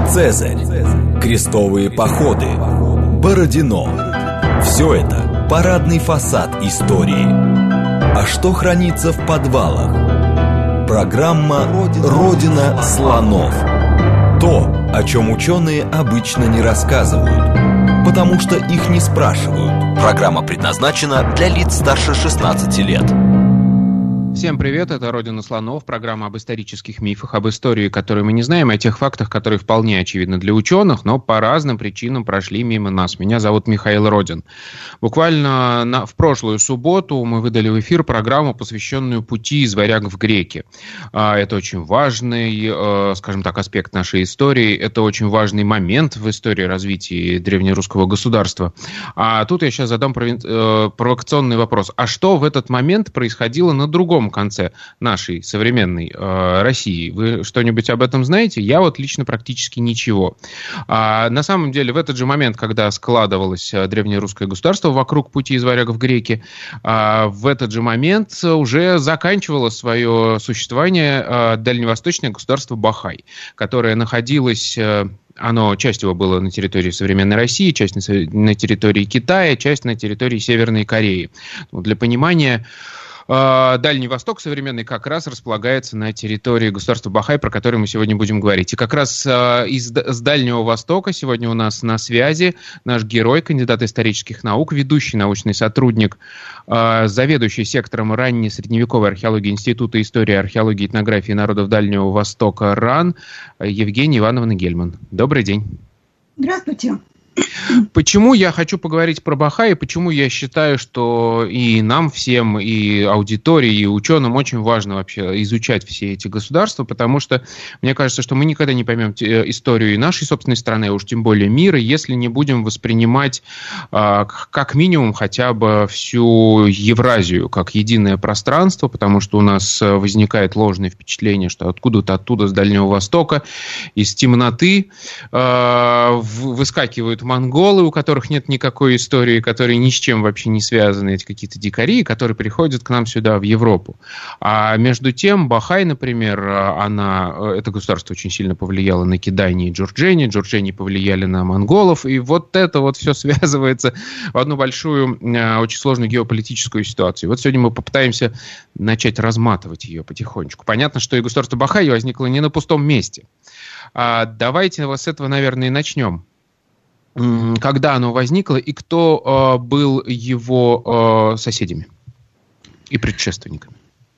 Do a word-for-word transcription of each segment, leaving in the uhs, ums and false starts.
Цезарь, крестовые походы, Бородино. Все это парадный фасад истории. А что хранится в подвалах? Программа «Родина слонов». То, о чем ученые обычно не рассказывают, потому что их не спрашивают. Программа предназначена для лиц старше шестнадцати лет. Всем привет, это «Родина слонов», программа об исторических мифах, об истории, которую мы не знаем, о тех фактах, которые вполне очевидны для ученых, но по разным причинам прошли мимо нас. Меня зовут Михаил Родин. Буквально на, в прошлую субботу мы выдали в эфир программу, посвященную пути из варяг в греки. Это очень важный, скажем так, аспект нашей истории, это очень важный момент в истории развития древнерусского государства. А тут я сейчас задам провокационный вопрос. А что в этот момент происходило на другом конце нашей современной э, России? Вы что-нибудь об этом знаете? Я вот лично практически ничего. А, на самом деле, в этот же момент, когда складывалось древнерусское государство вокруг пути из варягов в греки, а, в этот же момент уже заканчивало свое существование а, дальневосточное государство Бахай, которое находилось... Оно, часть его было на территории современной России, часть на, на территории Китая, часть на территории Северной Кореи. Ну, для понимания, Дальний Восток современный как раз располагается на территории государства Бахай, про которое мы сегодня будем говорить. И как раз из, с Дальнего Востока сегодня у нас на связи наш герой, кандидат исторических наук, ведущий научный сотрудник, заведующий сектором ранней средневековой археологии Института истории, археологии и этнографии народов Дальнего Востока РАН Евгения Ивановна Гельман. Добрый день. Здравствуйте. Почему я хочу поговорить про Бахай, и почему я считаю, что и нам всем, и аудитории, и ученым очень важно вообще изучать все эти государства, потому что мне кажется, что мы никогда не поймем историю и нашей собственной страны, а уж тем более мира, если не будем воспринимать как минимум хотя бы всю Евразию как единое пространство, потому что у нас возникает ложное впечатление, что откуда-то оттуда, с Дальнего Востока, из темноты выскакивают монголы, у которых нет никакой истории, которые ни с чем вообще не связаны, эти какие-то дикари, которые приходят к нам сюда, в Европу. А между тем, Бахай, например, она, это государство очень сильно повлияло на Кидайни и Джурджени, Джурджени повлияли на монголов, и вот это вот все связывается в одну большую, очень сложную геополитическую ситуацию. Вот сегодня мы попытаемся начать разматывать ее потихонечку. Понятно, что и государство Бахай возникло не на пустом месте. А давайте вот с этого, наверное, и начнем. Когда оно возникло и кто э, был его э, соседями и предшественниками?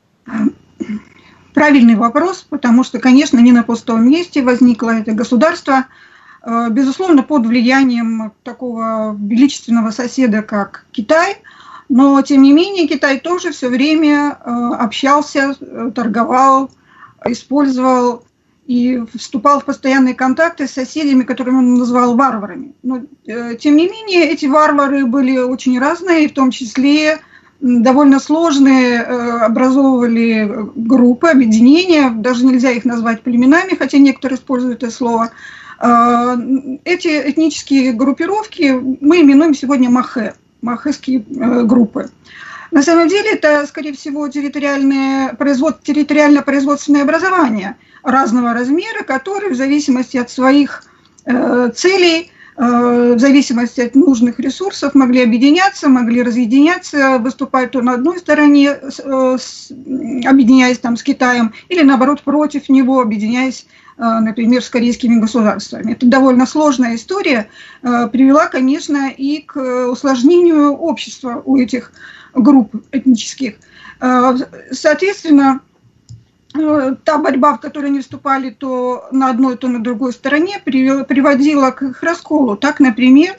Правильный вопрос, потому что, конечно, не на пустом месте возникло это государство, э, безусловно, под влиянием такого величественного соседа, как Китай, но, тем не менее, Китай тоже все время э, общался, торговал, использовал и вступал в постоянные контакты с соседями, которых он назвал варварами. Но, э, тем не менее, эти варвары были очень разные, в том числе довольно сложные, э, образовывали группы, объединения, даже нельзя их назвать племенами, хотя некоторые используют это слово. Э, эти этнические группировки мы именуем сегодня махе, махесские э, группы. На самом деле это, скорее всего, территориальное производ... территориально-производственное образование разного размера, которые в зависимости от своих э, целей, э, в зависимости от нужных ресурсов могли объединяться, могли разъединяться, выступать то на одной стороне, э, с, объединяясь там с Китаем, или наоборот против него, объединяясь, э, например, с корейскими государствами. Это довольно сложная история, э, привела, конечно, и к усложнению общества у этих групп этнических. Соответственно, та борьба, в которой они вступали то на одной, то на другой стороне, приводила к их расколу. Так, например,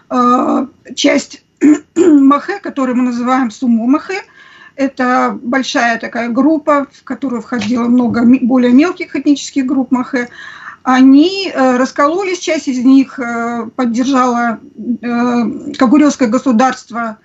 часть махе, которую мы называем сумо-махе, это большая такая группа, в которую входило много более мелких этнических групп махе, они раскололись, часть из них поддержала Кагурёское государство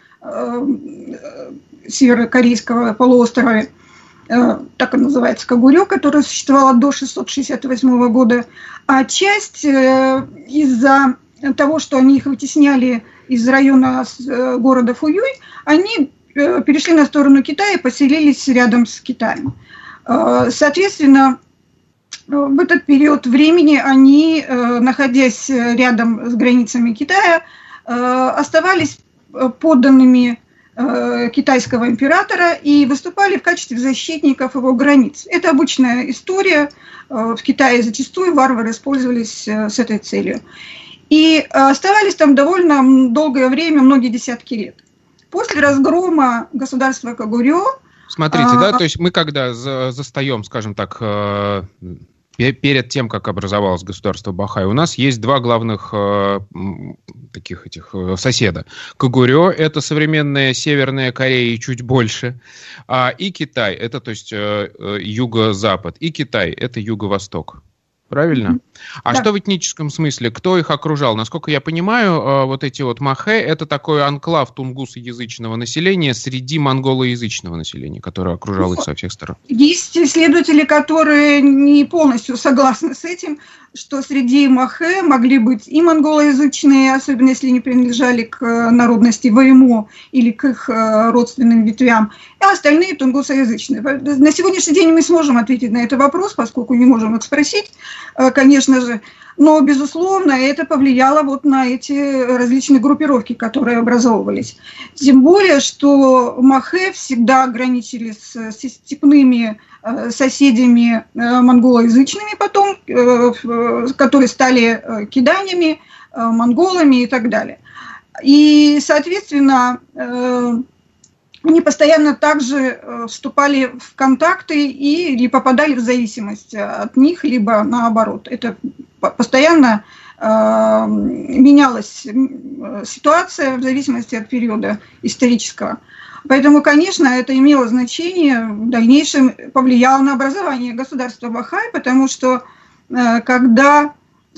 северокорейского полуострова, так и называется Кагурё, которое существовало до шестьсот шестьдесят восьмого года, а часть из-за того, что они их вытесняли из района города Фуюй, они перешли на сторону Китая и поселились рядом с Китаем. Соответственно, в этот период времени они, находясь рядом с границами Китая, оставались подданными китайского императора и выступали в качестве защитников его границ. Это обычная история. В Китае зачастую варвары использовались с этой целью. И оставались там довольно долгое время, многие десятки лет. После разгрома государства Когурё... Смотрите, а, да, то есть мы когда за, застаем, скажем так, э, перед тем, как образовалось государство Бахай, у нас есть два главных э, таких этих э, соседа. Когурё – это современная Северная Корея и чуть больше, а, и Китай – это, то есть, э, э, юго-запад, и Китай – это юго-восток. Правильно? Mm-hmm. А да. Что в этническом смысле? Кто их окружал? Насколько я понимаю, вот эти вот махэ – это такой анклав тунгусоязычного населения среди монголоязычного населения, которое окружало их со всех сторон. Есть исследователи, которые не полностью согласны с этим, что среди махэ могли быть и монголоязычные, особенно если они принадлежали к народности Ваймо или к их родственным ветвям, а остальные тунгусоязычные. На сегодняшний день мы сможем ответить на этот вопрос, поскольку не можем их спросить, конечно же, но, безусловно, это повлияло вот на эти различные группировки, которые образовывались. Тем более, что махэ всегда граничили с степными соседями монголоязычными потом, которые стали киданями, монголами и так далее. И, соответственно, они постоянно также вступали в контакты и, или попадали в зависимость от них, либо наоборот. Это постоянно э, менялась ситуация в зависимости от периода исторического. Поэтому, конечно, это имело значение, в дальнейшем повлияло на образование государства Бахай, потому что э, когда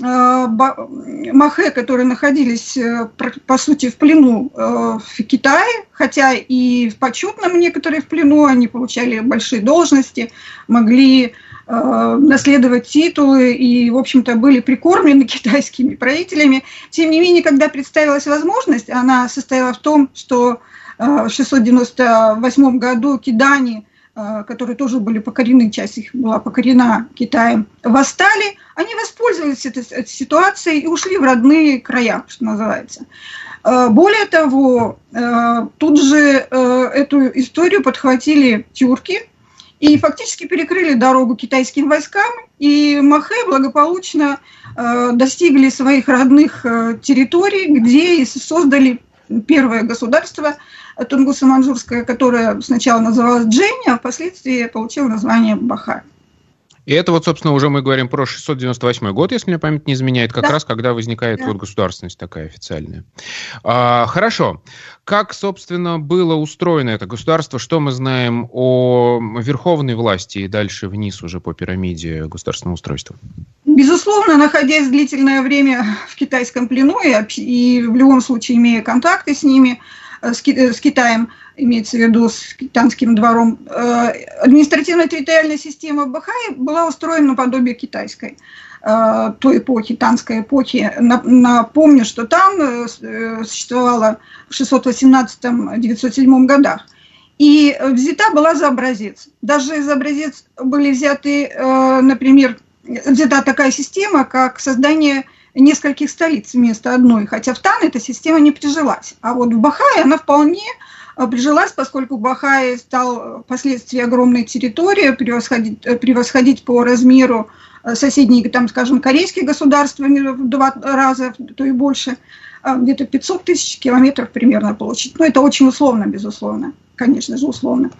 махэ, которые находились, по сути, в плену в Китае, хотя и в почетном некоторые в плену, они получали большие должности, могли наследовать титулы и, в общем-то, были прикормлены китайскими правителями. Тем не менее, когда представилась возможность, она состояла в том, что в шестьсот девяносто восьмом году кидане, которые тоже были покорены, часть их была покорена Китаем, восстали, они воспользовались этой, этой ситуацией и ушли в родные края, что называется. Более того, тут же эту историю подхватили тюрки и фактически перекрыли дорогу китайским войскам, и махэ благополучно достигли своих родных территорий, где и создали первое государство тунгусо-манчжурское, которое сначала называлось Джэнь, а впоследствии получило название Бахай. И это вот, собственно, уже мы говорим про шестьсот девяносто восьмой год, если мне память не изменяет, как да. раз когда возникает да. вот государственность такая официальная. А, хорошо. Как, собственно, было устроено это государство? Что мы знаем о верховной власти и дальше вниз уже по пирамиде государственного устройства? Безусловно, находясь длительное время в китайском плену и, и в любом случае имея контакты с ними, с, Ки- с Китаем, имеется в виду с китайским двором, административно-территориальная система Бахай была устроена наподобие китайской той эпохи, танской эпохи. Напомню, что там существовала в шестьсот восемнадцатом — девятьсот седьмом годах. И взята была за образец. Даже за образец были взяты, например, взята такая система, как создание нескольких столиц вместо одной, хотя в Тан эта система не прижилась. А вот в Бахае она вполне прижилась, поскольку Бахай стал впоследствии огромной территорией, превосходить, превосходить по размеру соседние, там, скажем, корейские государства в два раза, то и больше, где-то пятьсот тысяч километров примерно получить. Но это очень условно, безусловно, конечно же, условно.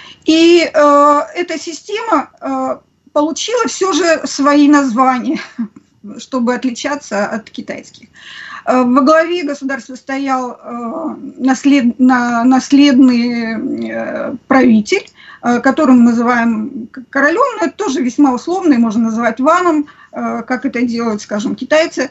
И э, эта система э, получила все же свои названия, чтобы отличаться от китайских. Во главе государства стоял наслед, наследный правитель, которым мы называем королем, но это тоже весьма условный, можно называть ваном, как это делают, скажем, китайцы.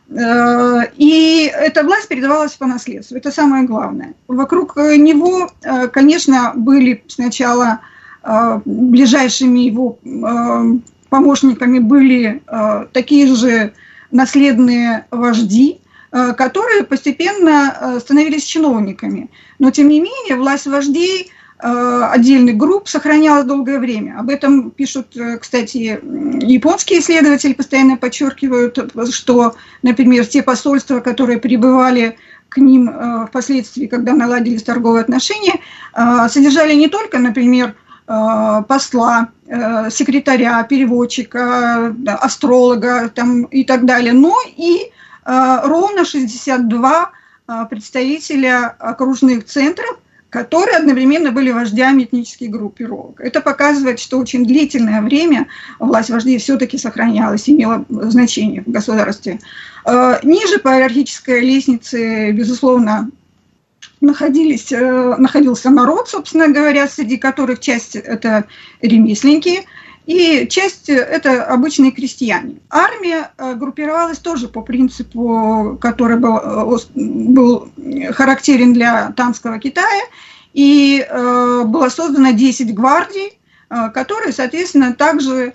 И эта власть передавалась по наследству, это самое главное. Вокруг него, конечно, были сначала ближайшими его помощниками были такие же наследные вожди, которые постепенно становились чиновниками. Но, тем не менее, власть вождей отдельных групп сохранялось долгое время. Об этом пишут, кстати, японские исследователи, постоянно подчеркивают, что, например, те посольства, которые прибывали к ним впоследствии, когда наладились торговые отношения, содержали не только, например, посла, секретаря, переводчика, астролога там, и так далее, но и ровно шестьдесят два представителя окружных центров, которые одновременно были вождями этнических группировок. Это показывает, что очень длительное время власть вождей все-таки сохранялась, имела значение в государстве. Ниже по иерархической лестнице, безусловно, находились, находился народ, собственно говоря, среди которых часть – это ремесленники, и часть – это обычные крестьяне. Армия группировалась тоже по принципу, который был, был характерен для Танского Китая, и э, было создано десять гвардий, э, которые, соответственно, также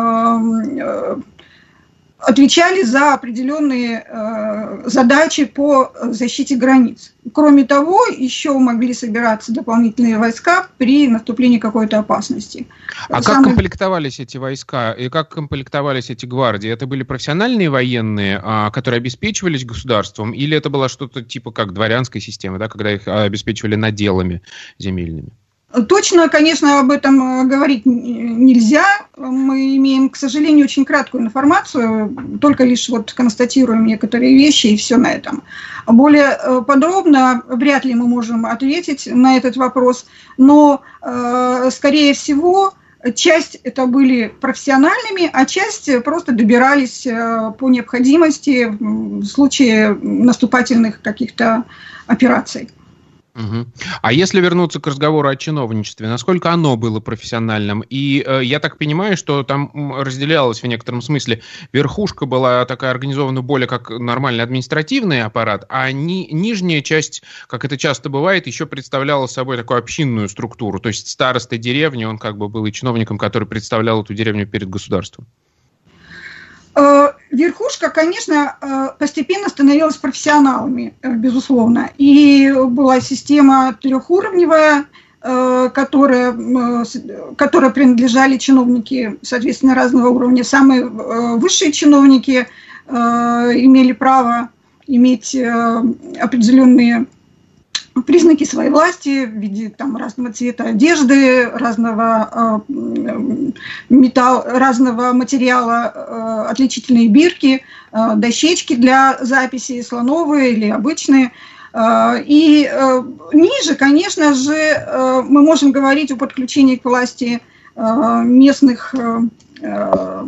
э, отвечали за определенные э, задачи по защите границ. Кроме того, еще могли собираться дополнительные войска при наступлении какой-то опасности. А Самый... как комплектовались эти войска и как комплектовались эти гвардии? Это были профессиональные военные, а, которые обеспечивались государством, или это было что-то типа как дворянской системы, да, когда их обеспечивали наделами земельными? Точно, конечно, об этом говорить нельзя. Мы имеем, к сожалению, очень краткую информацию, только лишь вот констатируем некоторые вещи, и все на этом. Более подробно вряд ли мы можем ответить на этот вопрос, но, скорее всего, часть это были профессиональными, а часть просто добирались по необходимости в случае наступательных каких-то операций. Угу. А если вернуться к разговору о чиновничестве, насколько оно было профессиональным? И э, я так понимаю, что там разделялось в некотором смысле. Верхушка была такая организована более как нормальный административный аппарат, а ни, нижняя часть, как это часто бывает, еще представляла собой такую общинную структуру. То есть староста деревни, он как бы был и чиновником, который представлял эту деревню перед государством. Верхушка, конечно, постепенно становилась профессионалами, безусловно. И была система трехуровневая, которая, которой принадлежали чиновники, соответственно, разного уровня. Самые высшие чиновники имели право иметь определенные признаки своей власти в виде там, разного цвета одежды, разного, э, металл, разного материала, э, отличительные бирки, э, дощечки для записи, слоновые или обычные. Э, и э, ниже, конечно же, э, мы можем говорить о подключении к власти э, местных э, э,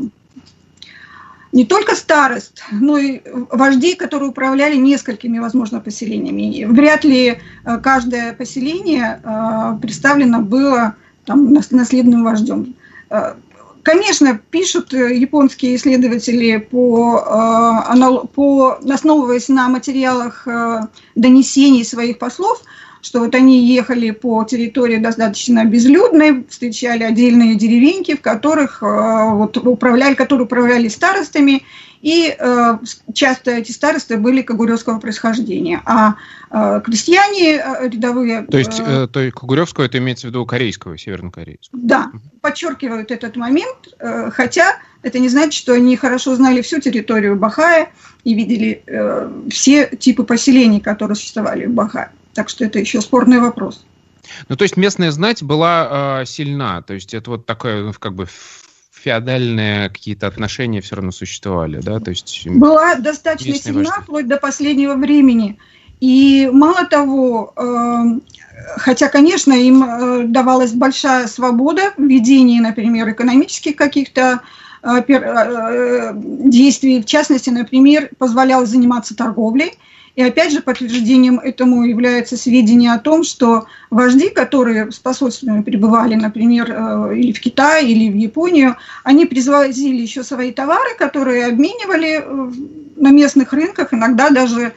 не только старост, но и вождей, которые управляли несколькими, возможно, поселениями. Вряд ли каждое поселение представлено было там, наследным вождем. Конечно, пишут японские исследователи, по, по, основываясь на материалах донесений своих послов, что вот они ехали по территории достаточно безлюдной, встречали отдельные деревеньки, в которых вот, управляли, которые управляли старостами, и э, часто эти старосты были кагуревского происхождения, а э, крестьяне э, рядовые... То есть, э, то есть кагуревского это имеется в виду корейского, севернокорейского? Да, подчеркивают этот момент, э, хотя это не значит, что они хорошо знали всю территорию Бахая и видели э, все типы поселений, которые существовали в Бахае. Так что это еще спорный вопрос. Ну, то есть местная знать была э, сильна, то есть это вот такое, как бы, феодальные какие-то отношения все равно существовали, да? То есть была достаточно сильна вожди. Вплоть до последнего времени. И мало того, э, хотя, конечно, им э, давалась большая свобода в ведении, например, экономических каких-то э, э, действий, в частности, например, позволялось заниматься торговлей. И опять же, подтверждением этому является сведения о том, что вожди, которые с посольствами пребывали, например, или в Китай, или в Японию, они привозили еще свои товары, которые обменивали на местных рынках, иногда даже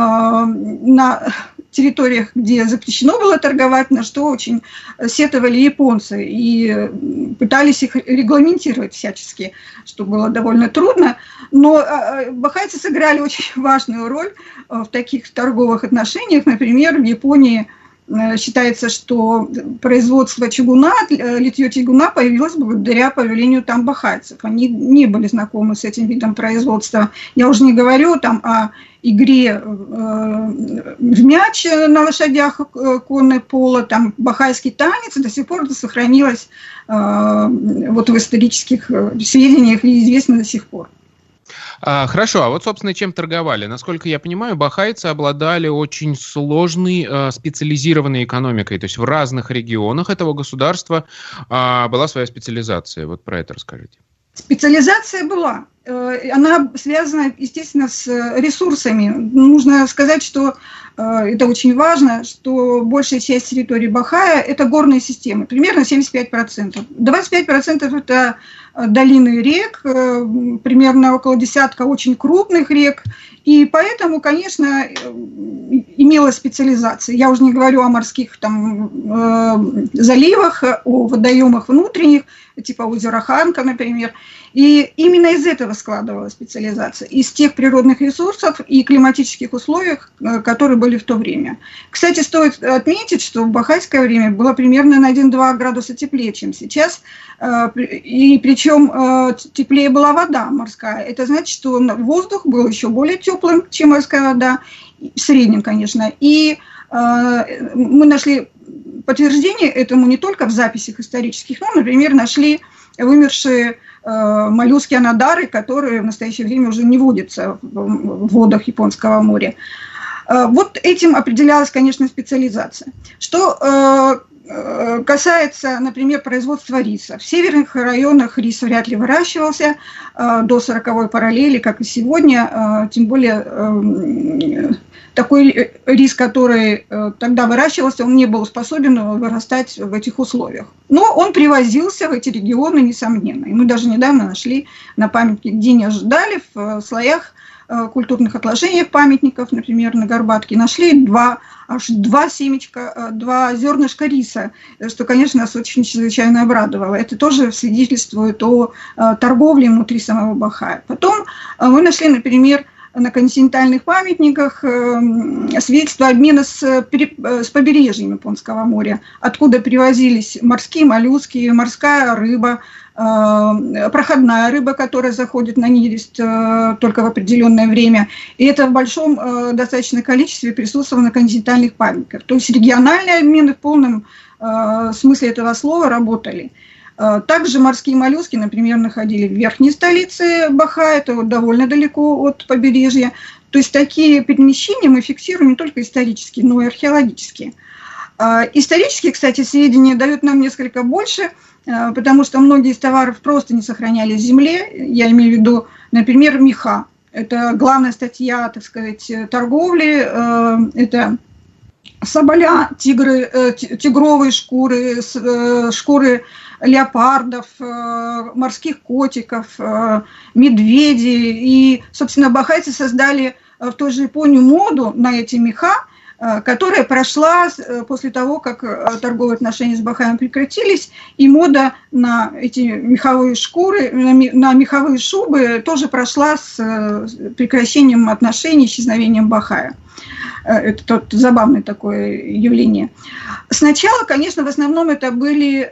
на территориях, где запрещено было торговать, на что очень сетовали японцы и пытались их регламентировать всячески, что было довольно трудно. Но бахайцы сыграли очень важную роль в таких торговых отношениях. Например, в Японии считается, что производство чугуна, литье чугуна появилось благодаря появлению там бахайцев. Они не были знакомы с этим видом производства. Я уже не говорю там о игре в мяч на лошадях конной пола, там бахайский танец до сих пор сохранилось вот в исторических сведениях и известно до сих пор. Хорошо, а вот, собственно, чем торговали? Насколько я понимаю, бахайцы обладали очень сложной э, специализированной экономикой. То есть в разных регионах этого государства э, была своя специализация. Вот про это расскажите. Специализация была. Она связана, естественно, с ресурсами. Нужно сказать, что это очень важно, что большая часть территории Бахая – это горные системы, примерно семьдесят пять процентов. двадцать пять процентов – это долины рек, примерно около десятка очень крупных рек. И поэтому, конечно, имелась специализация. Я уже не говорю о морских там, э, заливах, о водоемах внутренних, типа озера Ханка, например. И именно из этого складывалась специализация, из тех природных ресурсов и климатических условий, которые были в то время. Кстати, стоит отметить, что в бахайское время было примерно на один-два градуса теплее, чем сейчас. И причем теплее была вода морская. Это значит, что воздух был еще более теплым, чем морская вода, в среднем, конечно. И мы нашли подтверждение этому не только в записях исторических, но, например, нашли вымершие моллюски анодары, которые в настоящее время уже не водятся в водах Японского моря. Вот этим определялась, конечно, специализация. Что касается, например, производства риса. В северных районах рис вряд ли выращивался до сороковой параллели, как и сегодня, тем более такой рис, который тогда выращивался, он не был способен вырастать в этих условиях. Но он привозился в эти регионы, несомненно. И мы даже недавно нашли на памятнике Гдиня Ждали в слоях культурных отложениях памятников, например, на Горбатке, нашли два, аж два семечка, два зернышка риса, что, конечно, нас очень чрезвычайно обрадовало. Это тоже свидетельствует о торговле внутри самого Бахая. Потом мы нашли, например, на континентальных памятниках свидетельство обмена с, с побережьем Японского моря, откуда привозились морские моллюски, морская рыба, проходная рыба, которая заходит на нерест только в определенное время. И это в большом достаточно количестве присутствовало на континентальных памятниках. То есть региональные обмены в полном смысле этого слова работали. Также морские моллюски, например, находили в верхней столице Бахая, это вот довольно далеко от побережья. То есть такие перемещения мы фиксируем не только исторически, но и археологически. Исторические, кстати, сведения дают нам несколько больше, потому что многие из товаров просто не сохранялись в земле. Я имею в виду, например, меха. Это главная статья, так сказать, торговли. Это соболя, тигры, тигровые шкуры, шкуры леопардов, морских котиков, медведей. И, собственно, бахайцы создали в той же Японии моду на эти меха, которая прошла после того, как торговые отношения с Бахаем прекратились, и мода на эти меховые шкуры, на меховые шубы тоже прошла с прекращением отношений, исчезновением Бахая. Это тот забавное такое явление. Сначала, конечно, в основном это были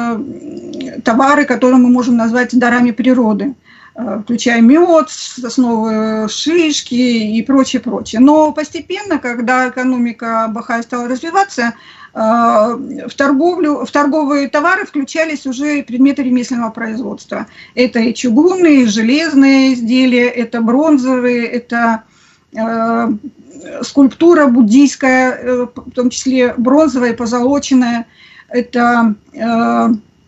э, товары, которые мы можем назвать дарами природы, э, включая мед, сосновые шишки и прочее, прочее. Но постепенно, когда экономика Бахая стала развиваться, э, в торговлю, в торговые товары включались уже предметы ремесленного производства. Это и чугунные, и железные изделия, это бронзовые, это э, скульптура буддийская, в том числе бронзовая, позолоченная, это э,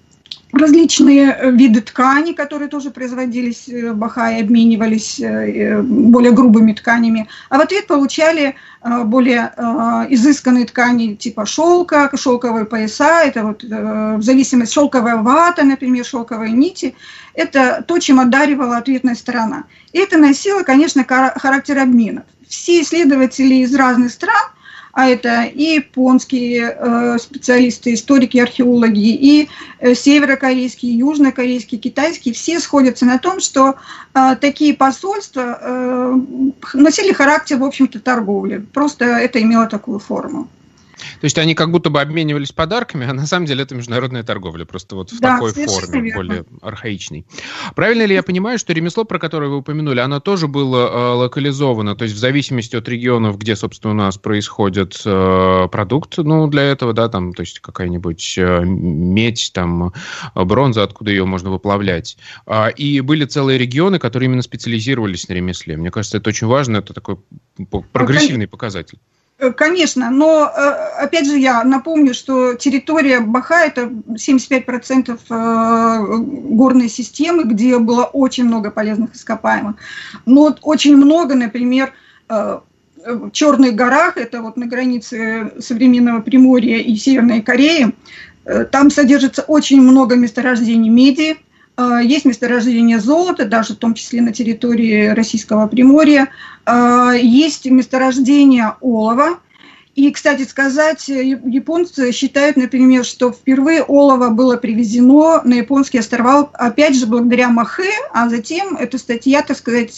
различные виды ткани, которые тоже производились в Бахае, обменивались э, более грубыми тканями, а в ответ получали э, более э, изысканные ткани типа шелка, шелковые пояса, это вот э, в зависимости шелковая вата, например, шелковые нити. Это то, чем одаривала ответная сторона. И это носило, конечно, характер обменов. Все исследователи из разных стран, а это и японские э, специалисты, историки, археологи, и э, северокорейские, и южнокорейские, китайские, все сходятся на том, что э, такие посольства э, носили характер, в общем-то, торговли. Просто это имело такую форму. То есть они как будто бы обменивались подарками, а на самом деле это международная торговля, просто вот в да, такой форме, верно. Более архаичной. Правильно ли я понимаю, что ремесло, про которое вы упомянули, оно тоже было э, локализовано, то есть в зависимости от регионов, где, собственно, у нас происходит э, продукт, ну, для этого, да, там, то есть какая-нибудь э, медь, там, бронза, откуда ее можно выплавлять. А, и были целые регионы, которые именно специализировались на ремесле. Мне кажется, это очень важно, это такой прогрессивный показатель. Конечно, но, опять же, я напомню, что территория Бахай – это семьдесят пять процентов горной системы, где было очень много полезных ископаемых. Но очень много, например, в Черных горах, это вот на границе современного Приморья и Северной Кореи, там содержится очень много месторождений меди. Есть месторождение золота, даже в том числе на территории Российского Приморья. Есть месторождение олова. И, кстати сказать, японцы считают, например, что впервые олово было привезено на японские острова, опять же, благодаря Махэ, а затем эта статья, так сказать,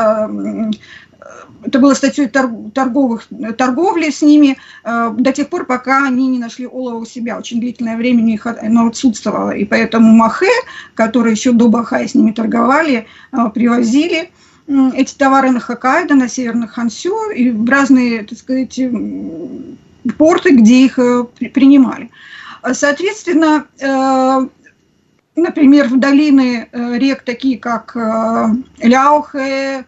это была статьей торговых, торговли с ними э, до тех пор, пока они не нашли олово у себя. Очень длительное время их оно отсутствовало. И поэтому Махэ, которые еще до Бахая с ними торговали, э, привозили э, эти товары на Хоккайдо, на Северный Хансю и в разные, так сказать, порты, где их э, при, принимали. Соответственно, э, например, в долины э, рек, такие как э, Ляохэ,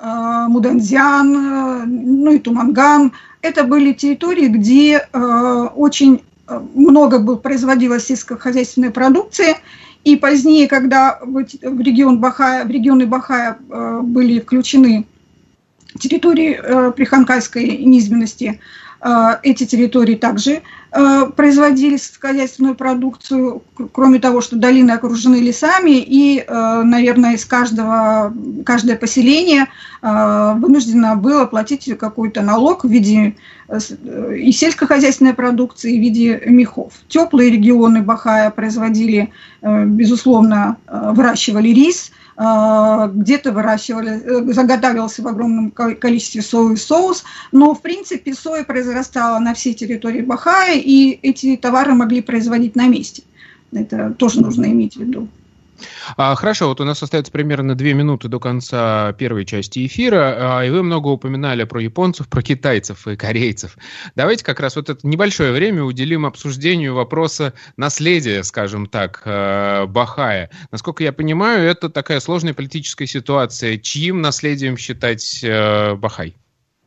Муданзян, ну и Туманган. Это были территории, где э, очень много был, производилось сельскохозяйственной продукции. И позднее, когда в, в, регион Бахая, в регионы Бахая э, были включены территории э, приханкайской низменности, э, эти территории также э, производили сельскохозяйственную продукцию, кроме того, что долины окружены лесами, и, э, наверное, из каждого, каждое поселение э, вынуждено было платить какой-то налог в виде э, и сельскохозяйственной продукции, и в виде мехов. Теплые регионы Бахая производили, э, безусловно, э, выращивали рис, где-то выращивали, заготавливался в огромном количестве соевый соус, но, в принципе, соя произрастала на всей территории Бахая, и эти товары могли производить на месте. Это тоже нужно иметь в виду. А, хорошо, вот у нас остается примерно две минуты до конца первой части эфира, а, и вы много упоминали про японцев, про китайцев и корейцев. Давайте как раз вот это небольшое время уделим обсуждению вопроса наследия, скажем так, Бахая. Насколько я понимаю, это такая сложная политическая ситуация. Чьим наследием считать Бахай?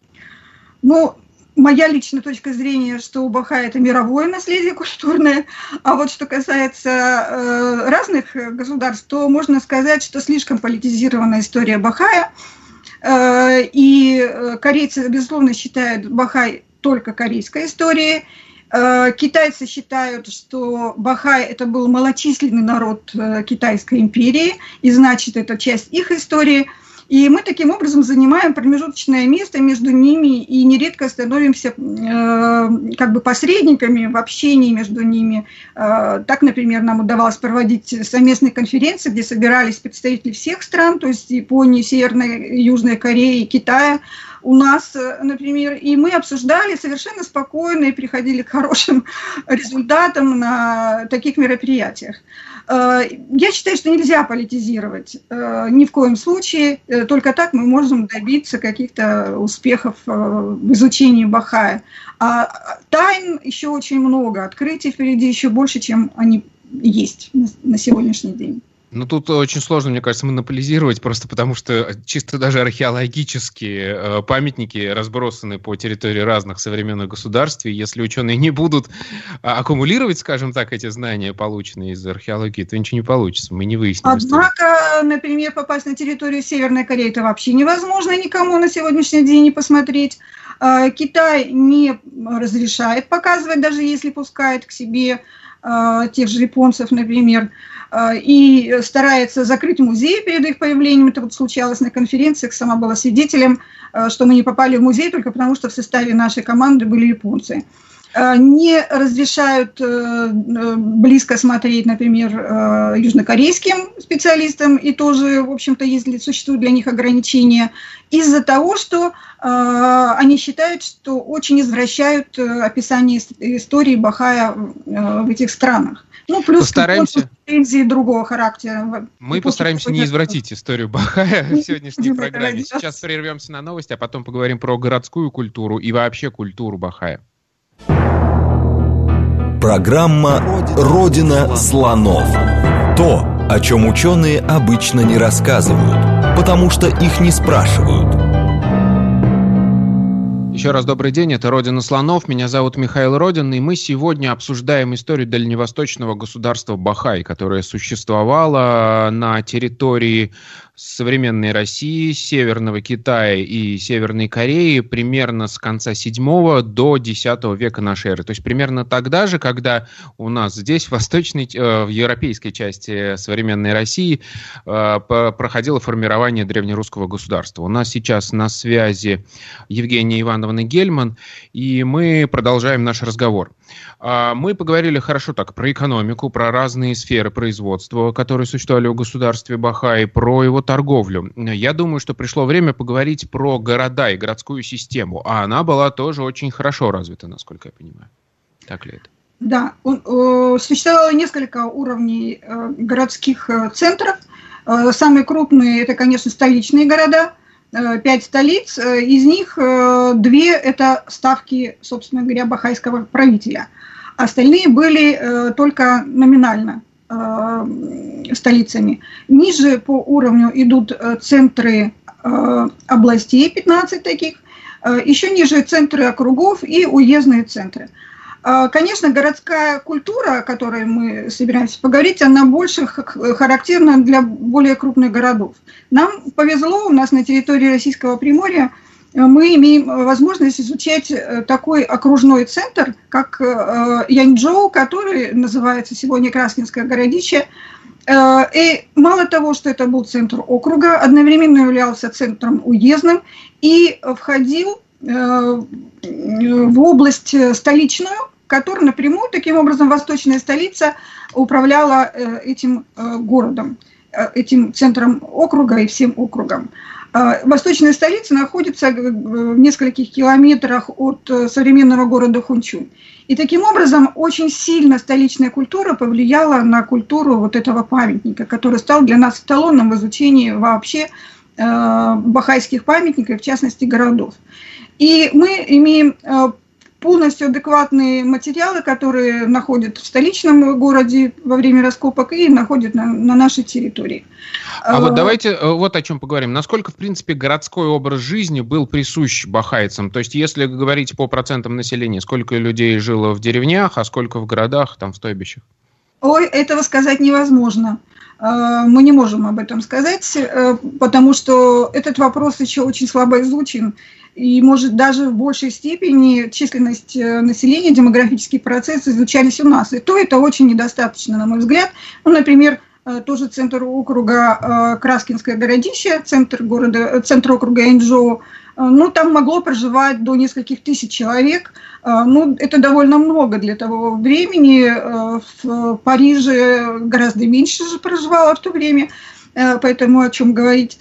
Ну, моя личная точка зрения, что у Бахая это мировое наследие культурное, а вот что касается э, разных государств, то можно сказать, что слишком политизирована история Бахая, э, и корейцы, безусловно, считают Бахай только корейской историей, э, китайцы считают, что Бахай это был малочисленный народ э, Китайской империи, и значит, это часть их истории. И мы таким образом занимаем промежуточное место между ними и нередко становимся э, как бы посредниками в общении между ними. Э, так, например, нам удавалось проводить совместные конференции, где собирались представители всех стран, то есть Японии, Северной, Южной Кореи, Китая. У нас, например, и мы обсуждали совершенно спокойно и приходили к хорошим результатам на таких мероприятиях. Я считаю, что нельзя политизировать ни в коем случае, только так мы можем добиться каких-то успехов в изучении Бахая. А тайн еще очень много, открытий впереди еще больше, чем они есть на сегодняшний день. Ну, тут очень сложно, мне кажется, монополизировать, просто потому что чисто даже археологические э, памятники разбросаны по территории разных современных государств, и если ученые не будут а, аккумулировать, скажем так, эти знания, полученные из археологии, то ничего не получится, мы не выясним. Однако, историю. Например, попасть на территорию Северной Кореи это вообще невозможно никому на сегодняшний день не посмотреть. Э, Китай не разрешает показывать, даже если пускает к себе э, тех же японцев, например, и старается закрыть музей перед их появлением. Это вот случалось на конференциях, сама была свидетелем, что мы не попали в музей только потому, что в составе нашей команды были японцы. Не разрешают близко смотреть, например, южнокорейским специалистам, и тоже, в общем-то, если существуют для них ограничения, из-за того, что они считают, что очень извращают описание истории Бахая в этих странах. Ну, плюс постараемся... претензии другого характера. Мы постараемся не извратить историю Бахая в сегодняшней программе. Сейчас прервемся на новости, а потом поговорим про городскую культуру и вообще культуру Бахая. Программа «Родина слонов». То, о чем ученые обычно не рассказывают, потому что их не спрашивают. Еще раз добрый день, это «Родина слонов», меня зовут Михаил Родин, и мы сегодня обсуждаем историю дальневосточного государства Бахай, которое существовало на территории современной России, Северного Китая и Северной Кореи примерно с конца седьмого до десятого века нашей эры. То есть примерно тогда же, когда у нас здесь, в восточной, э, в европейской части современной России, э, проходило формирование древнерусского государства. У нас сейчас на связи Евгения Ивановна Гельман, и мы продолжаем наш разговор. Э, мы поговорили хорошо так про экономику, про разные сферы производства, которые существовали в государстве Бахай, про его торговлю. Я думаю, что пришло время поговорить про города и городскую систему. А она была тоже очень хорошо развита, насколько я понимаю. Так ли это? Да, существовало несколько уровней городских центров. Самые крупные – это, конечно, столичные города. Пять столиц. Из них две – это ставки, собственно говоря, бахайского правителя. Остальные были только номинально столицами. Ниже по уровню идут центры областей, пятнадцать таких, еще ниже центры округов и уездные центры. Конечно, городская культура, о которой мы собираемся поговорить, она больше характерна для более крупных городов. Нам повезло, у нас на территории Российского Приморья мы имеем возможность изучать такой окружной центр, как Янчжоу, который называется сегодня Краскинское городище. И мало того, что это был центр округа, одновременно являлся центром уездным и входил в область столичную, которая напрямую, таким образом, восточная столица управляла этим городом, этим центром округа и всем округом. Восточная столица находится в нескольких километрах от современного города Хунчунь. И таким образом очень сильно столичная культура повлияла на культуру вот этого памятника, который стал для нас эталоном в изучении вообще э, бахайских памятников, в частности городов. И мы имеем э, полностью адекватные материалы, которые находят в столичном городе во время раскопок и находят на, на нашей территории. А вот давайте вот о чем поговорим. Насколько, в принципе, городской образ жизни был присущ бахайцам? То есть, если говорить по процентам населения, сколько людей жило в деревнях, а сколько в городах, там, в стойбищах? Ой, этого сказать невозможно. Мы не можем об этом сказать, потому что этот вопрос еще очень слабо изучен. И, может, даже в большей степени численность населения, демографический процесс изучались у нас. И то это очень недостаточно, на мой взгляд. Ну, например, тоже центр округа Краскинское городище, центр, города, центр округа Янчжоу, ну, там могло проживать до нескольких тысяч человек. Ну, это довольно много для того времени. В Париже гораздо меньше же проживало в то время, поэтому о чем говорить.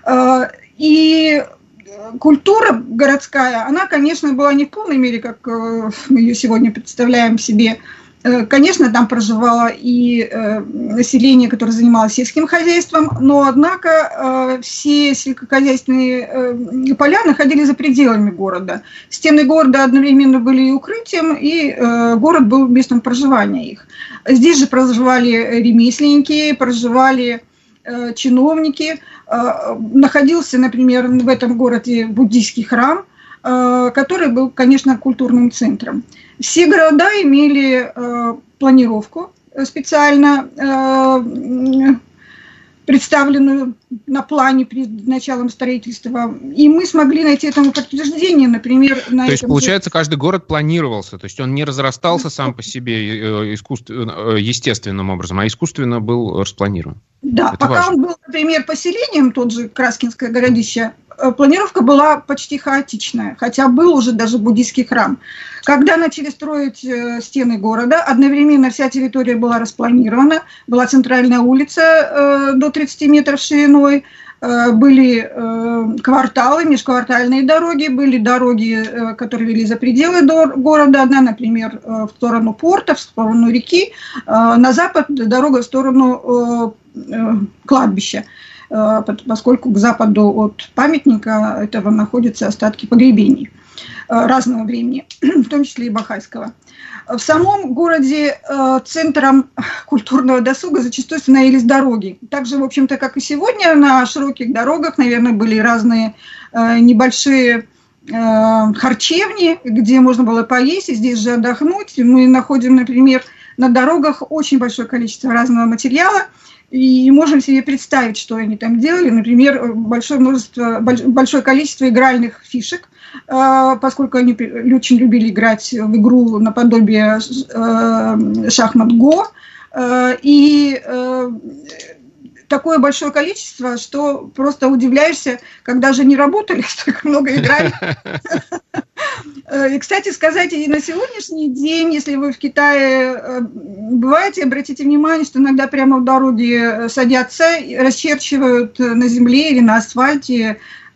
И культура городская, она, конечно, была не в полной мере, как мы ее сегодня представляем себе. Конечно, там проживало и население, которое занималось сельским хозяйством, но, однако, все сельскохозяйственные поля находились за пределами города. Стены города одновременно были и укрытием, и город был местом проживания их. Здесь же проживали ремесленники, проживали чиновники. Находился, например, в этом городе буддийский храм, который был, конечно, культурным центром. Все города имели э, планировку специально э, представленную на плане перед началом строительства, и мы смогли найти этому подтверждение, например, на То есть, этом получается, же... каждый город планировался, то есть он не разрастался сам по себе искусственно, естественным образом, а искусственно был распланирован. Да, Это пока важно. Он был, например, поселением, тот же Краскинское городище, планировка была почти хаотичная, хотя был уже даже буддийский храм. Когда начали строить стены города, одновременно вся территория была распланирована, была центральная улица до тридцати метров шириной, были кварталы, межквартальные дороги, были дороги, которые вели за пределы города, одна, например, в сторону порта, в сторону реки, на запад дорога в сторону кладбища, поскольку к западу от памятника этого находятся остатки погребений разного времени, в том числе и бахайского. В самом городе центром культурного досуга зачастую становились дороги. Так же, в общем-то, как и сегодня, на широких дорогах, наверное, были разные небольшие харчевни, где можно было поесть и здесь же отдохнуть. Мы находим, например, на дорогах очень большое количество разного материала, и можем себе представить, что они там делали. Например, большое множество, большое количество игральных фишек, поскольку они очень любили играть в игру наподобие шахмат-го. И такое большое количество, что просто удивляешься, когда же не работали, столько много играли. И, кстати сказать, и на сегодняшний день, если вы в Китае бываете, обратите внимание, что иногда прямо в дороге садятся, расчерчивают на земле или на асфальте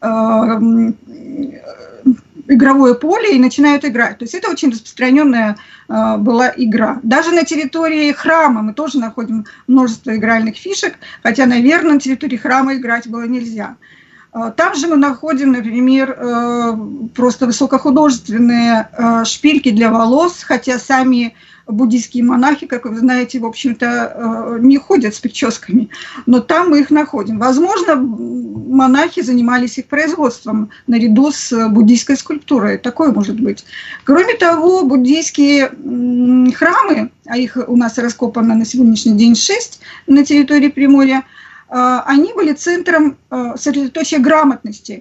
игровое поле и начинают играть. То есть это очень распространенная э, была игра. Даже на территории храма мы тоже находим множество игральных фишек, хотя, наверное, на территории храма играть было нельзя. Э, там же мы находим, например, э, просто высокохудожественные э, шпильки для волос, хотя сами буддийские монахи, как вы знаете, в общем-то, не ходят с прическами, но там мы их находим. Возможно, монахи занимались их производством наряду с буддийской скульптурой. Такое может быть. Кроме того, буддийские храмы, а их у нас раскопано на сегодняшний день шесть на территории Приморья, они были центром сосредоточия грамотности.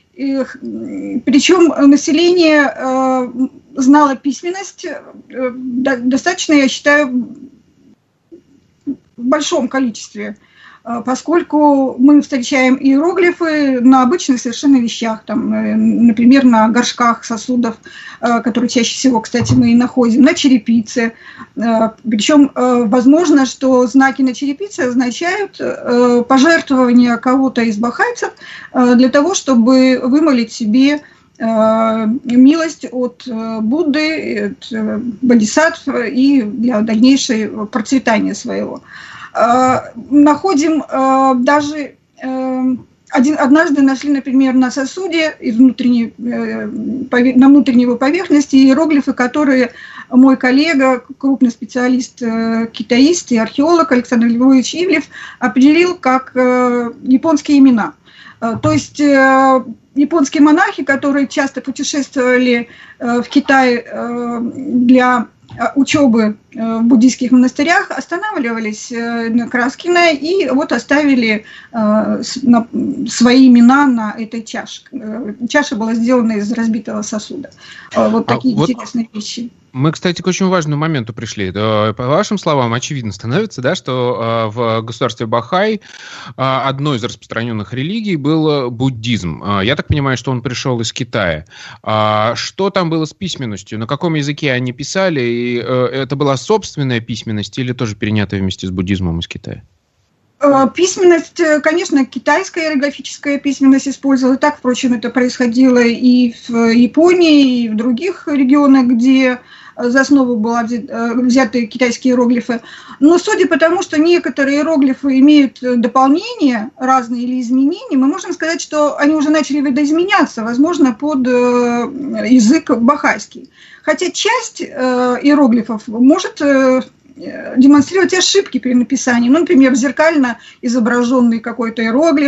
Причем население э, знало письменность э, достаточно, я считаю, в большом количестве, э, поскольку мы встречаем иероглифы на обычных совершенно вещах, там, э, например, на горшках сосудов, э, которые чаще всего, кстати, мы и находим, на черепице. Э, причем э, возможно, что знаки на черепице означают э, пожертвование кого-то из бахайцев для того, чтобы вымолить себе э, милость от э, Будды, от бодхисаттв и для дальнейшего процветания своего. Э, находим э, даже, э, один, однажды нашли, например, на сосуде из внутренней, э, пове, на внутренней его поверхности иероглифы, которые мой коллега, крупный специалист, э, китаист и археолог Александр Львович Ивлев определил как э, японские имена. То есть э, японские монахи, которые часто путешествовали э, в Китай э, для учебы э, в буддийских монастырях, останавливались э, на Краскино и вот оставили э, с, на, свои имена на этой чаше. Э, чаша была сделана из разбитого сосуда. Э, вот такие а интересные вот... вещи. Мы, кстати, к очень важному моменту пришли. По вашим словам, очевидно становится, да, что в государстве Бахай одной из распространенных религий был буддизм. Я так понимаю, что он пришел из Китая. Что там было с письменностью? На каком языке они писали? И это была собственная письменность или тоже перенятая вместе с буддизмом из Китая? Письменность, конечно, китайская иероглифическая письменность использовалась. Так, впрочем, это происходило и в Японии, и в других регионах, где за основу были взяты китайские иероглифы. Но судя по тому, что некоторые иероглифы имеют дополнения разные или изменения, мы можем сказать, что они уже начали видоизменяться, возможно, под язык бахайский. Хотя часть иероглифов может демонстрировать ошибки при написании. Ну, например, зеркально изображенный какой-то иероглиф.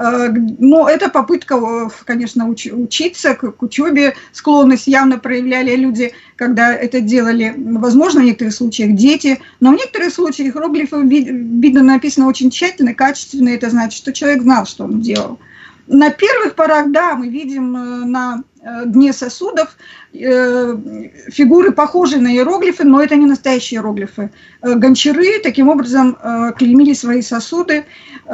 Но это попытка, конечно, уч- учиться, к, к учебе. Склонность явно проявляли люди, когда это делали, возможно, в некоторых случаях дети. Но в некоторых случаях иероглифы видно написано очень тщательно, качественно. Это значит, что человек знал, что он делал. На первых порах, да, мы видим на дне сосудов фигуры, похожие на иероглифы, но это не настоящие иероглифы. Гончары таким образом клеймили свои сосуды,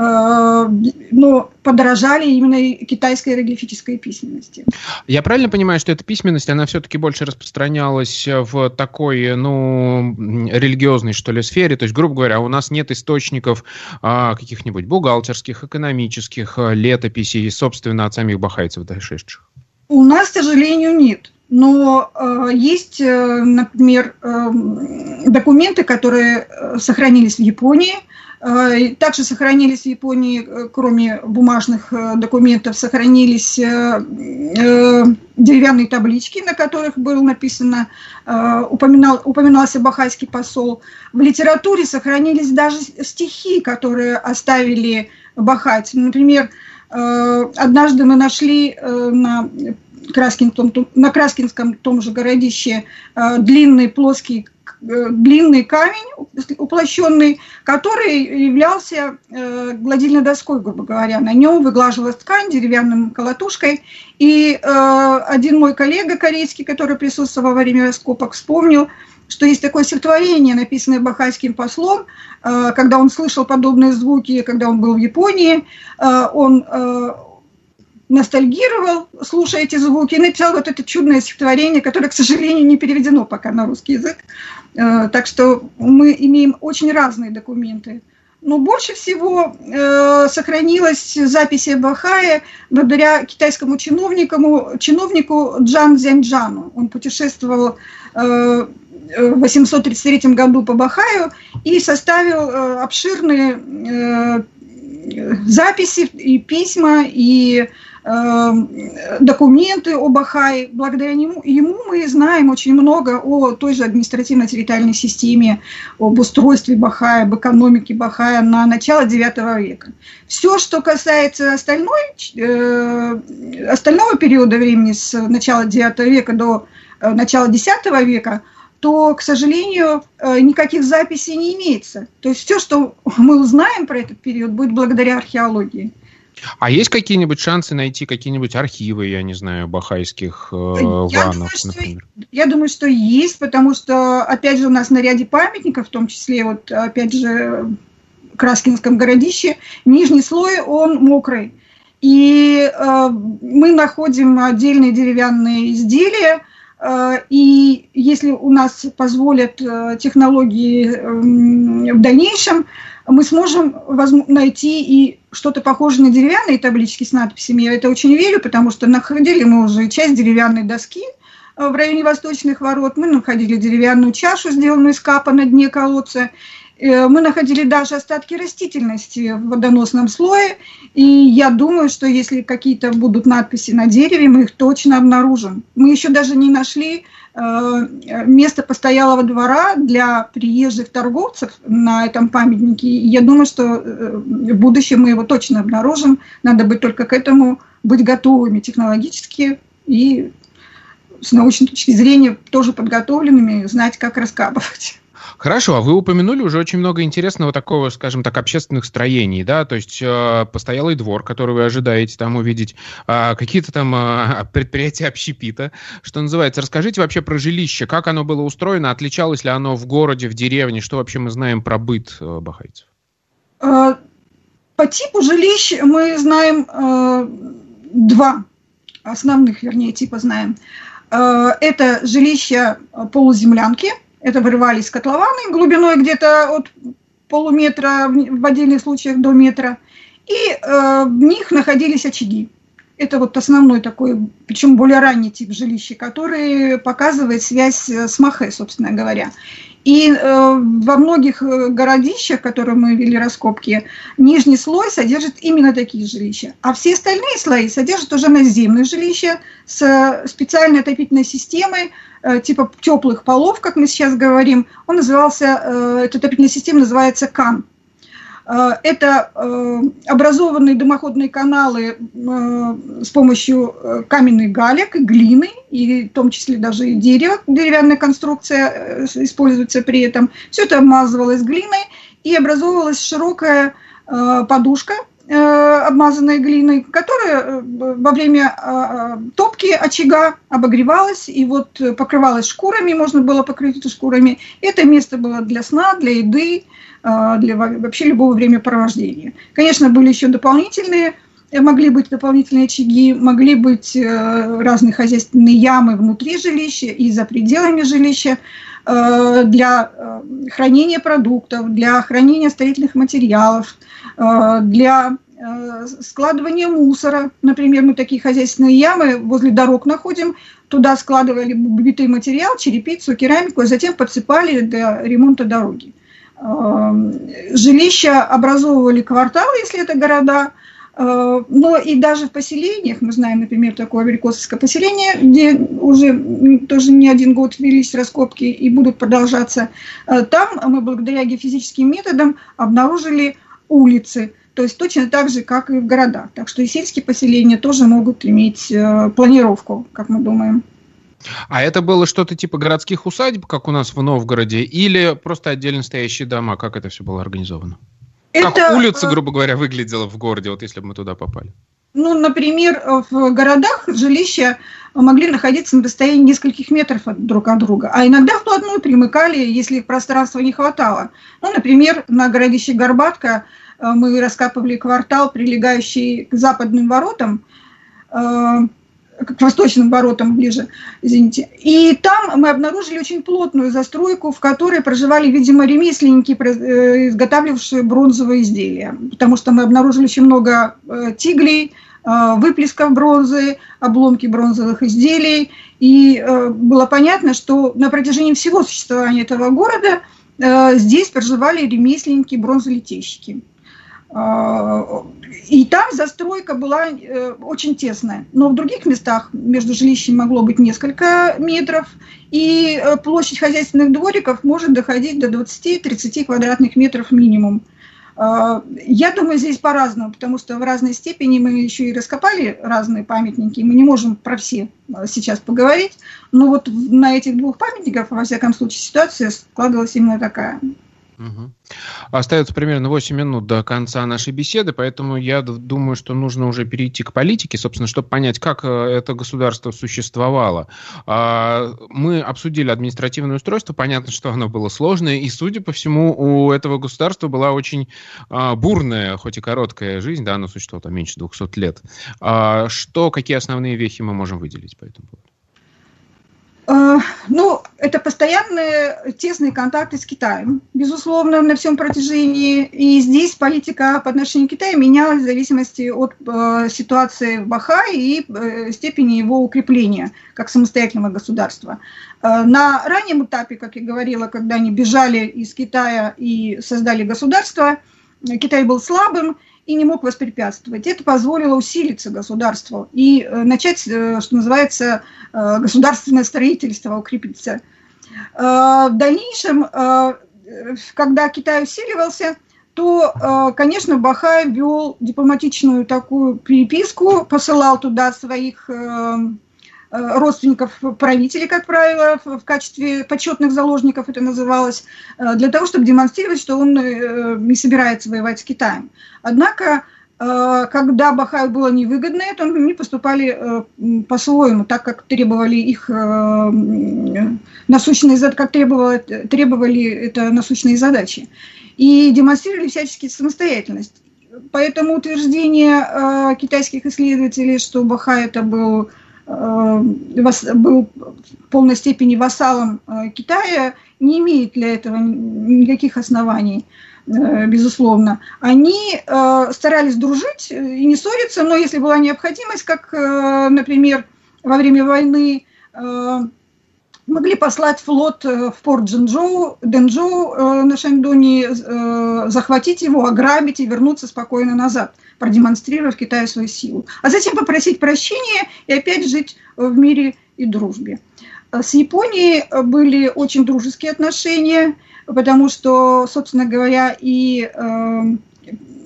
но подражали именно китайской иероглифической письменности. Я правильно понимаю, что эта письменность, она все-таки больше распространялась в такой, ну, религиозной, что ли, сфере? То есть, грубо говоря, у нас нет источников а, каких-нибудь бухгалтерских, экономических летописей, собственно, от самих бахайцев дошедших? У нас, к сожалению, нет. Но э, есть, э, например, э, документы, которые сохранились в Японии. Э, также сохранились в Японии, э, кроме бумажных э, документов, сохранились э, э, деревянные таблички, на которых было написано, э, упоминал, упоминался бахайский посол. В литературе сохранились даже стихи, которые оставили бахайцы. Например, однажды мы нашли на, Краскинском, на Краскинском том же городище длинный плоский длинный камень уплощенный, который являлся гладильной доской, грубо говоря. На нем выглаживалась ткань деревянным колотушкой. И один мой коллега корейский, который присутствовал во время раскопок, вспомнил, что есть такое стихотворение, написанное бахайским послом, когда он слышал подобные звуки, когда он был в Японии, он ностальгировал, слушая эти звуки, и написал вот это чудное стихотворение, которое, к сожалению, не переведено пока на русский язык. Так что мы имеем очень разные документы. Но больше всего э, сохранилась запись о Бахае благодаря китайскому чиновнику, чиновнику Джан Цзяньчжану. Он путешествовал э, в восемьсот тридцать третьем году по Бахаю и составил э, обширные э, записи и письма, и э, документы о Бахае. Благодаря нему, ему мы знаем очень много о той же административно-территориальной системе, об устройстве Бахая, об экономике Бахая на начало девятого века. Все, что касается остальной, э, остального периода времени с начала девятого века до э, начала десятого века, то, к сожалению, никаких записей не имеется. То есть все, что мы узнаем про этот период, будет благодаря археологии. А есть какие-нибудь шансы найти какие-нибудь архивы, я не знаю, бахайских э, ванов, я думаю, что, например? Я думаю, что есть, потому что, опять же, у нас на ряде памятников, в том числе, вот, опять же, в Краскинском городище, нижний слой, он мокрый. И э, мы находим отдельные деревянные изделия, и если у нас позволят технологии в дальнейшем, мы сможем найти и что-то похожее на деревянные таблички с надписями. Я это очень верю, потому что находили мы уже часть деревянной доски в районе Восточных ворот, мы находили деревянную чашу, сделанную из капа на дне колодца. Мы находили даже остатки растительности в водоносном слое, и я думаю, что если какие-то будут надписи на дереве, мы их точно обнаружим. Мы еще даже не нашли место постоялого двора для приезжих торговцев на этом памятнике. И я думаю, что в будущем мы его точно обнаружим. Надо быть только к этому быть готовыми технологически и с научной точки зрения тоже подготовленными, знать, как раскапывать. Хорошо, а вы упомянули уже очень много интересного такого, скажем так, общественных строений, да, то есть э, постоялый двор, который вы ожидаете там увидеть, э, какие-то там э, предприятия общепита, что называется. Расскажите вообще про жилище, как оно было устроено, отличалось ли оно в городе, в деревне, что вообще мы знаем про быт э, бахайцев? По типу жилищ мы знаем э, два основных, вернее, типа знаем. Э, это жилища полуземлянки. Это вырывались из котлованы глубиной где-то от полуметра, в отдельных случаях до метра. И э, в них находились очаги. Это вот основной такой, причем более ранний тип жилища, который показывает связь с Махэ, собственно говоря. И э, во многих городищах, в которых мы вели раскопки, нижний слой содержит именно такие жилища. А все остальные слои содержат уже наземные жилища с специальной отопительной системой, э, типа теплых полов, как мы сейчас говорим. Он назывался, э, эта отопительная система называется КАН. Это образованные дымоходные каналы с помощью каменных галек, глины, и в том числе даже и дерево, деревянная конструкция используется при этом. Все это обмазывалось глиной, и образовывалась широкая подушка обмазанной глиной, которая во время топки очага обогревалась и вот покрывалась шкурами, можно было покрыть это шкурами. Это место было для сна, для еды, для вообще любого времяпровождения. Конечно, были еще дополнительные, могли быть дополнительные очаги, могли быть разные хозяйственные ямы внутри жилища и за пределами жилища для хранения продуктов, для хранения строительных материалов, для складывания мусора. Например, мы такие хозяйственные ямы возле дорог находим, туда складывали битый материал, черепицу, керамику, а затем подсыпали для ремонта дороги. Жилища образовывали кварталы, если это города, но и даже в поселениях, мы знаем, например, такое Великосовское поселение, где уже тоже не один год велись раскопки и будут продолжаться, там мы благодаря геофизическим методам обнаружили улицы, то есть точно так же, как и в городах. Так что и сельские поселения тоже могут иметь планировку, как мы думаем. А это было что-то типа городских усадеб, как у нас в Новгороде, или просто отдельно стоящие дома? Как это все было организовано? Это, как улица, грубо говоря, выглядела в городе, вот если бы мы туда попали? Ну, например, в городах жилища могли находиться на расстоянии нескольких метров друг от друга, а иногда вплотную примыкали, если пространства не хватало. Ну, например, на городище Горбатка мы раскапывали квартал, прилегающий к западным воротам, к восточным воротам ближе, извините. И там мы обнаружили очень плотную застройку, в которой проживали, видимо, ремесленники, изготавливавшие бронзовые изделия. Потому что мы обнаружили очень много тиглей, выплесков бронзы, обломки бронзовых изделий. И было понятно, что на протяжении всего существования этого города здесь проживали ремесленники-бронзолитейщики. И там застройка была очень тесная. Но в других местах между жилищами могло быть несколько метров, и площадь хозяйственных двориков может доходить до двадцати-тридцати квадратных метров минимум. Я думаю, здесь по-разному, потому что в разной степени мы еще и раскопали разные памятники, мы не можем про все сейчас поговорить, но вот на этих двух памятниках, во всяком случае, ситуация складывалась именно такая. Угу. Остается примерно восемь минут до конца нашей беседы, поэтому я думаю, что нужно уже перейти к политике, собственно, чтобы понять, как это государство существовало. Мы обсудили административное устройство, понятно, что оно было сложное, и, судя по всему, у этого государства была очень бурная, хоть и короткая жизнь, да, оно существовало там меньше двухсот лет. Что, какие основные вехи мы можем выделить по этому поводу? Ну, это постоянные тесные контакты с Китаем, безусловно, на всем протяжении. И здесь политика по отношению к Китаю менялась в зависимости от э, ситуации в Бахае и э, степени его укрепления как самостоятельного государства. Э, на раннем этапе, как я говорила, когда они бежали из Китая и создали государство, Китай был слабым и не мог воспрепятствовать. Это позволило усилиться государству и начать, что называется, государственное строительство, укрепиться. В дальнейшем, когда Китай усиливался, то, конечно, Бахай вел дипломатичную такую переписку, посылал туда своих родственников правителей, как правило, в качестве почетных заложников это называлось, для того, чтобы демонстрировать, что он не собирается воевать с Китаем. Однако, когда Бахаю было невыгодно это, они поступали по-своему, так как требовали их насущные, как требовали, требовали это насущные задачи. И демонстрировали всячески самостоятельность. Поэтому утверждение китайских исследователей, что Бахай это был был в полной степени вассалом Китая, не имеет для этого никаких оснований, безусловно. Они старались дружить и не ссориться, но если была необходимость, как, например, во время войны могли послать флот в порт Чжэнчжоу, Дэнчжоу на Шаньдоне, захватить его, ограбить и вернуться спокойно назад, продемонстрировав Китаю свою силу. А затем попросить прощения и опять жить в мире и дружбе. С Японией были очень дружеские отношения, потому что, собственно говоря, и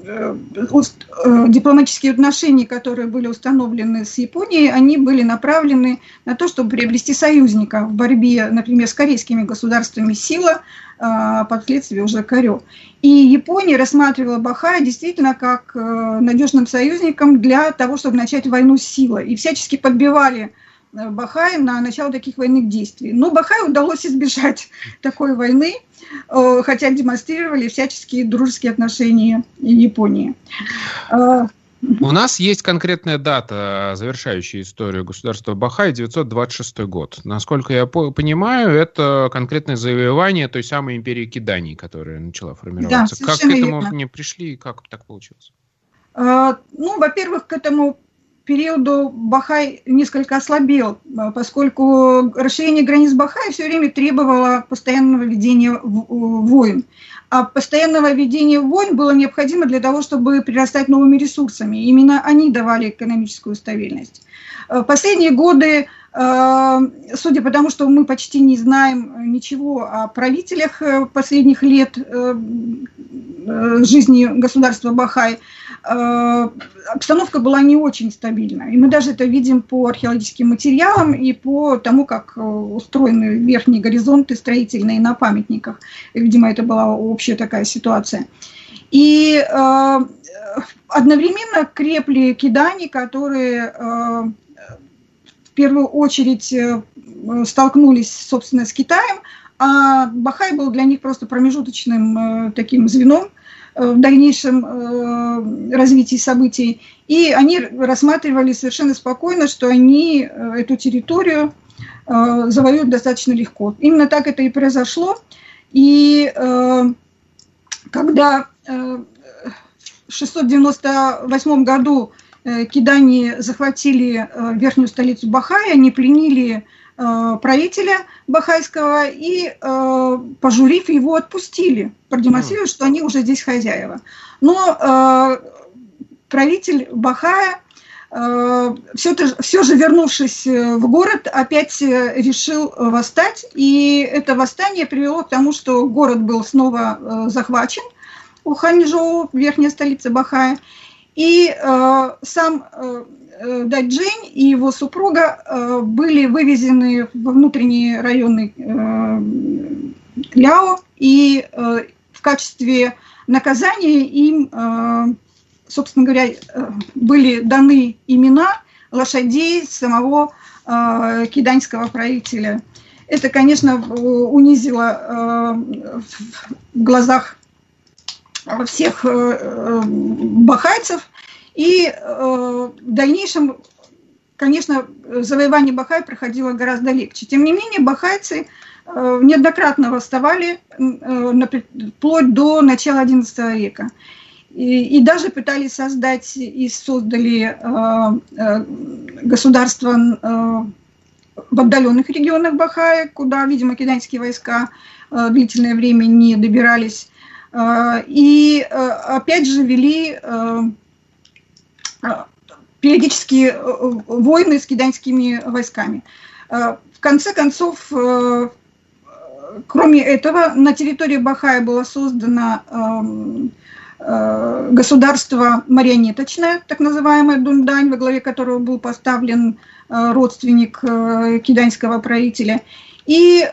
дипломатические отношения, которые были установлены с Японией, они были направлены на то, чтобы приобрести союзника в борьбе, например, с корейскими государствами Сила, впоследствии уже Корё. И Япония рассматривала Бохай действительно как надежным союзником для того, чтобы начать войну с Силой. И всячески подбивали Бохай на начало таких военных действий. Но Бохай удалось избежать такой войны, хотя демонстрировали всяческие дружеские отношения Японии. У нас есть конкретная дата, завершающая историю государства Бохай, девятьсот двадцать шестой год. Насколько я понимаю, это конкретное завоевание той самой империи Киданий, которая начала формироваться. Да, как к этому верно. Не пришли и как так получилось? Ну, во-первых, к этому периоду Бохай несколько ослабел, поскольку расширение границ Бохай все время требовало постоянного ведения войн. А постоянного ведения войн было необходимо для того, чтобы прирастать новыми ресурсами. Именно они давали экономическую стабильность. В последние годы, судя по тому, что мы почти не знаем ничего о правителях последних лет жизни государства Бохай, обстановка была не очень стабильна. И мы даже это видим по археологическим материалам и по тому, как устроены верхние горизонты строительные на памятниках. И, видимо, это была общая такая ситуация. И э, одновременно крепли кидани, которые э, в первую очередь э, столкнулись, собственно, с Китаем, а Бохай был для них просто промежуточным э, таким звеном в дальнейшем э, развитии событий. И они рассматривали совершенно спокойно, что они э, эту территорию э, завоюют достаточно легко. Именно так это и произошло. И э, когда э, в шестьсот девяносто восьмом году э, кидани захватили э, верхнюю столицу Бохая, они пленили правителя бохайского и, э, пожурив его, отпустили, продемонстрировав, что они уже здесь хозяева. Но э, правитель Бохая, э, все, все же вернувшись в город, опять решил восстать, и это восстание привело к тому, что город был снова э, захвачен у Ханчжоу, верхняя столица Бохая, и э, сам э, Дайджень и его супруга э, были вывезены во внутренние районы э, Ляо, и э, в качестве наказания им, э, собственно говоря, э, были даны имена лошадей самого э, киданьского правителя. Это, конечно, унизило э, в глазах всех э, бохайцев. И э, в дальнейшем, конечно, завоевание Бохай проходило гораздо легче. Тем не менее, бохайцы э, неоднократно восставали э, вплоть до начала одиннадцатого века. И, и даже пытались создать и создали э, э, государство э, в отдаленных регионах Бохая, куда, видимо, киданьские войска э, длительное время не добирались. Э, и э, опять же вели... Э, периодические войны с киданьскими войсками. В конце концов, кроме этого, на территории Бохая было создано государство марионеточное, так называемое Дундань, во главе которого был поставлен родственник киданьского правителя. И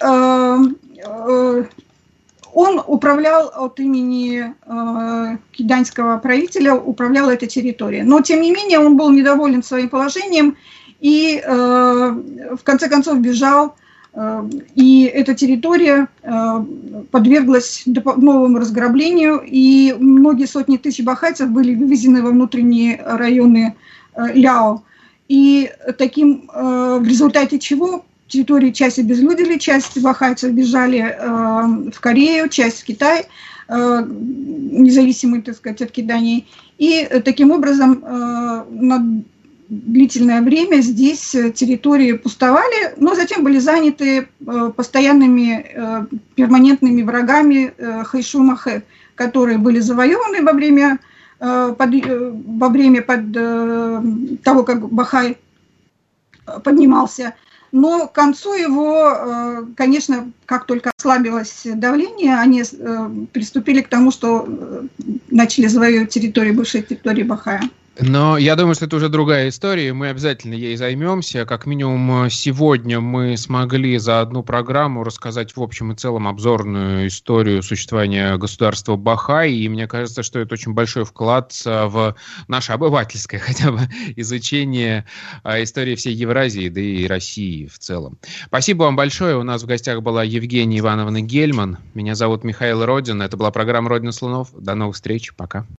он управлял от имени э, киданьского правителя, управлял этой территорией. Но, тем не менее, он был недоволен своим положением и, э, в конце концов, бежал. Э, и эта территория э, подверглась новому разграблению, и многие сотни тысяч бохайцев были вывезены во внутренние районы э, Ляо. И таким, э, в результате чего... территории часть обезлюдили, часть бохайцев бежали э, в Корею, часть в Китай, э, независимые, так сказать, от Кидании. И э, таким образом э, на длительное время здесь территории пустовали, но затем были заняты э, постоянными э, перманентными врагами э, Хэйшу-Махэ, которые были завоеваны во время, э, под, э, во время под, э, того, как Бохай поднимался но к концу его, конечно, как только ослабилось давление, они приступили к тому, что начали завоевывать территорию, бывшей территории Бахая. Но я думаю, что это уже другая история, мы обязательно ей займемся. Как минимум сегодня мы смогли за одну программу рассказать в общем и целом обзорную историю существования государства Бахай, и мне кажется, что это очень большой вклад в наше обывательское хотя бы изучение истории всей Евразии, да и России в целом. Спасибо вам большое. У нас в гостях была Евгения Ивановна Гельман. Меня зовут Михаил Родин. Это была программа «Родина слонов». До новых встреч. Пока.